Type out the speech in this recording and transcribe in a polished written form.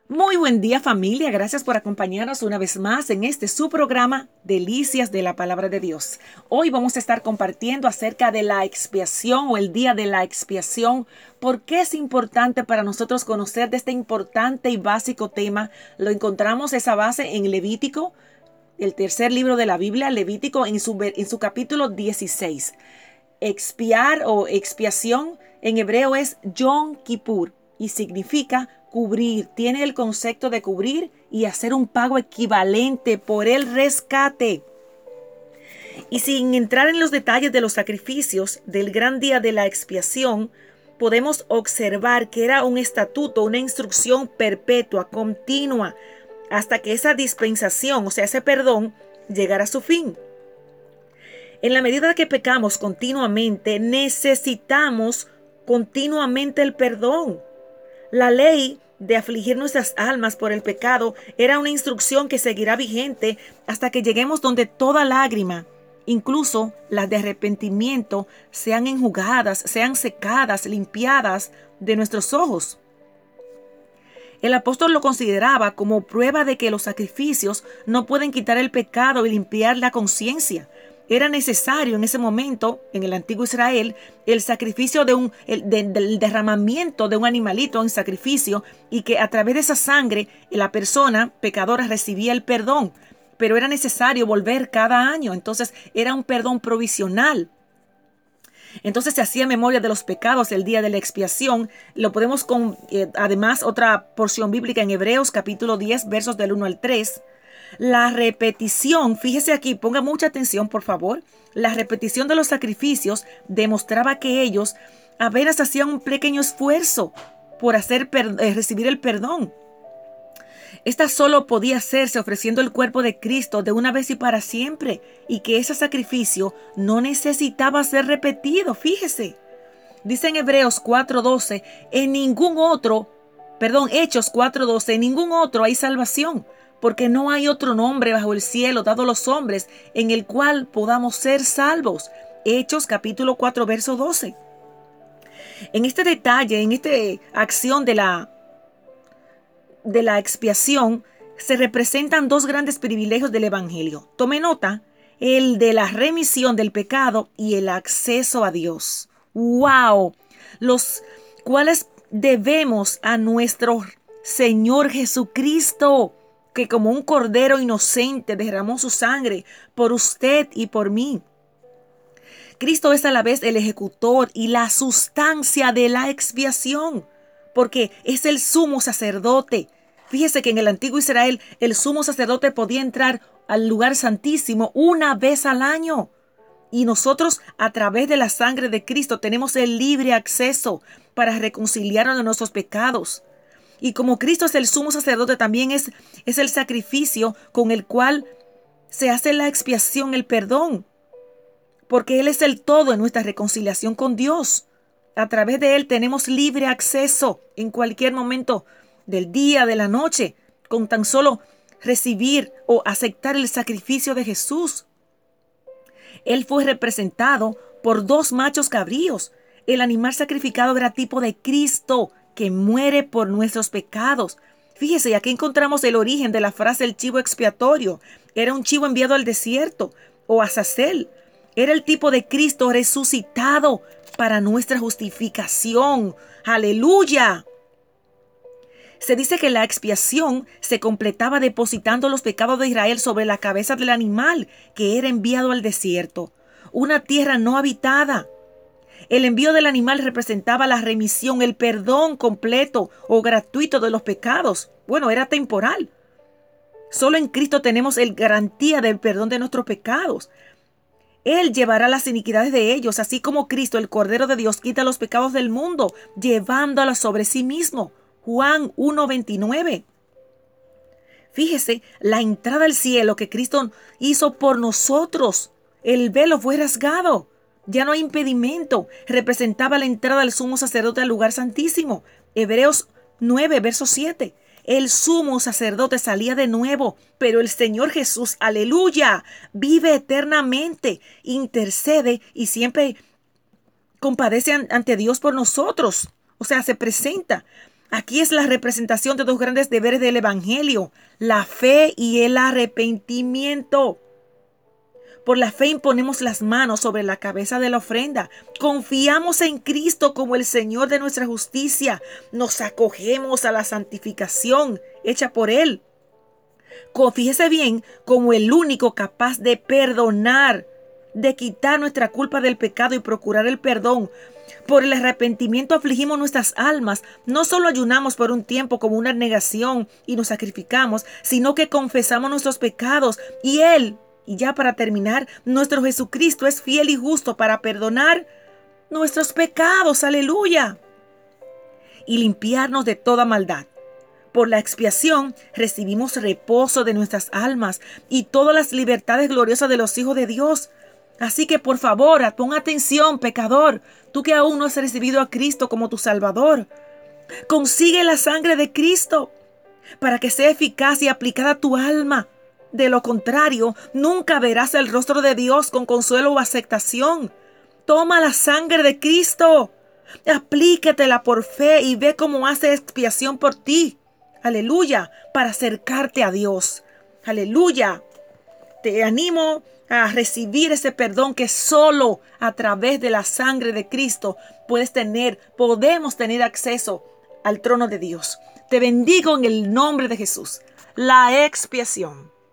Muy buen día, familia. Gracias por acompañarnos una vez más en este su programa Delicias de la Palabra de Dios. Hoy vamos a estar compartiendo acerca de la expiación o el día de la expiación. ¿Por qué es importante para nosotros conocer de este importante y básico tema? Lo encontramos esa base en Levítico, el tercer libro de la Biblia, Levítico en su capítulo 16. Expiar o expiación en hebreo es Yom Kippur y significa cubrir. Tiene el concepto de cubrir y hacer un pago equivalente por el rescate. Y sin entrar en los detalles de los sacrificios del gran día de la expiación, podemos observar que era un estatuto, una instrucción perpetua, continua, hasta que esa dispensación, o sea, ese perdón, llegara a su fin. En la medida que pecamos continuamente, necesitamos continuamente el perdón. La ley de afligir nuestras almas por el pecado era una instrucción que seguirá vigente hasta que lleguemos donde toda lágrima, incluso las de arrepentimiento, sean enjugadas, sean secadas, limpiadas de nuestros ojos. El apóstol lo consideraba como prueba de que los sacrificios no pueden quitar el pecado y limpiar la conciencia. Era necesario en ese momento, en el antiguo Israel, el sacrificio del derramamiento de un animalito en sacrificio, y que a través de esa sangre la persona pecadora recibía el perdón. Pero era necesario volver cada año, entonces era un perdón provisional. Entonces se hacía memoria de los pecados el día de la expiación. Lo podemos además otra porción bíblica en Hebreos capítulo 10 versos del 1 al 3. La repetición, fíjese aquí, ponga mucha atención por favor. La repetición de los sacrificios demostraba que ellos apenas hacían un pequeño esfuerzo por recibir el perdón. Esta solo podía hacerse ofreciendo el cuerpo de Cristo de una vez y para siempre, y que ese sacrificio no necesitaba ser repetido. Fíjese, dice en Hebreos 4:12, Hechos 4:12, en ningún otro hay salvación, porque no hay otro nombre bajo el cielo dado a los hombres en el cual podamos ser salvos. Hechos capítulo 4, verso 12. En este detalle, en esta acción de la expiación, se representan dos grandes privilegios del Evangelio. Tome nota, el de la remisión del pecado y el acceso a Dios. ¡Wow! Los cuales debemos a nuestro Señor Jesucristo, que como un cordero inocente derramó su sangre por usted y por mí. Cristo es a la vez el ejecutor y la sustancia de la expiación, porque es el sumo sacerdote. Fíjese que en el antiguo Israel el sumo sacerdote podía entrar al lugar santísimo una vez al año. Y nosotros, a través de la sangre de Cristo, tenemos el libre acceso para reconciliarnos de nuestros pecados. Y como Cristo es el sumo sacerdote, también es el sacrificio con el cual se hace la expiación, el perdón. Porque Él es el todo en nuestra reconciliación con Dios. A través de Él tenemos libre acceso en cualquier momento del día, de la noche, con tan solo recibir o aceptar el sacrificio de Jesús. Él fue representado por dos machos cabríos. El animal sacrificado era tipo de Cristo, que muere por nuestros pecados. Fíjese, aquí encontramos el origen de la frase el chivo expiatorio. Era un chivo enviado al desierto o a Azazel. Era el tipo de Cristo resucitado para nuestra justificación. ¡Aleluya! Se dice que la expiación se completaba depositando los pecados de Israel sobre la cabeza del animal que era enviado al desierto, una tierra no habitada. El envío del animal representaba la remisión, el perdón completo o gratuito de los pecados. Bueno, era temporal. Solo en Cristo tenemos la garantía del perdón de nuestros pecados. Él llevará las iniquidades de ellos, así como Cristo, el Cordero de Dios, quita los pecados del mundo, llevándolos sobre sí mismo. Juan 1:29. Fíjese, la entrada al cielo que Cristo hizo por nosotros. El velo fue rasgado. Ya no hay impedimento. Representaba la entrada del sumo sacerdote al lugar santísimo. Hebreos 9, verso 7. El sumo sacerdote salía de nuevo, pero el Señor Jesús, aleluya, vive eternamente, intercede y siempre compadece ante Dios por nosotros. O sea, se presenta. Aquí es la representación de dos grandes deberes del Evangelio, la fe y el arrepentimiento. Por la fe imponemos las manos sobre la cabeza de la ofrenda. Confiamos en Cristo como el Señor de nuestra justicia. Nos acogemos a la santificación hecha por Él. Fíjese bien, como el único capaz de perdonar, de quitar nuestra culpa del pecado y procurar el perdón. Por el arrepentimiento afligimos nuestras almas. No solo ayunamos por un tiempo como una negación y nos sacrificamos, sino que confesamos nuestros pecados y Él, y ya para terminar, nuestro Jesucristo es fiel y justo para perdonar nuestros pecados. Aleluya. Y limpiarnos de toda maldad. Por la expiación recibimos reposo de nuestras almas y todas las libertades gloriosas de los hijos de Dios. Así que por favor, pon atención, pecador, tú que aún no has recibido a Cristo como tu Salvador. Consigue la sangre de Cristo para que sea eficaz y aplicada a tu alma. De lo contrario, nunca verás el rostro de Dios con consuelo o aceptación. Toma la sangre de Cristo, aplícatela por fe y ve cómo hace expiación por ti. Aleluya, para acercarte a Dios. Aleluya. Te animo a recibir ese perdón que solo a través de la sangre de Cristo podemos tener acceso al trono de Dios. Te bendigo en el nombre de Jesús. La expiación.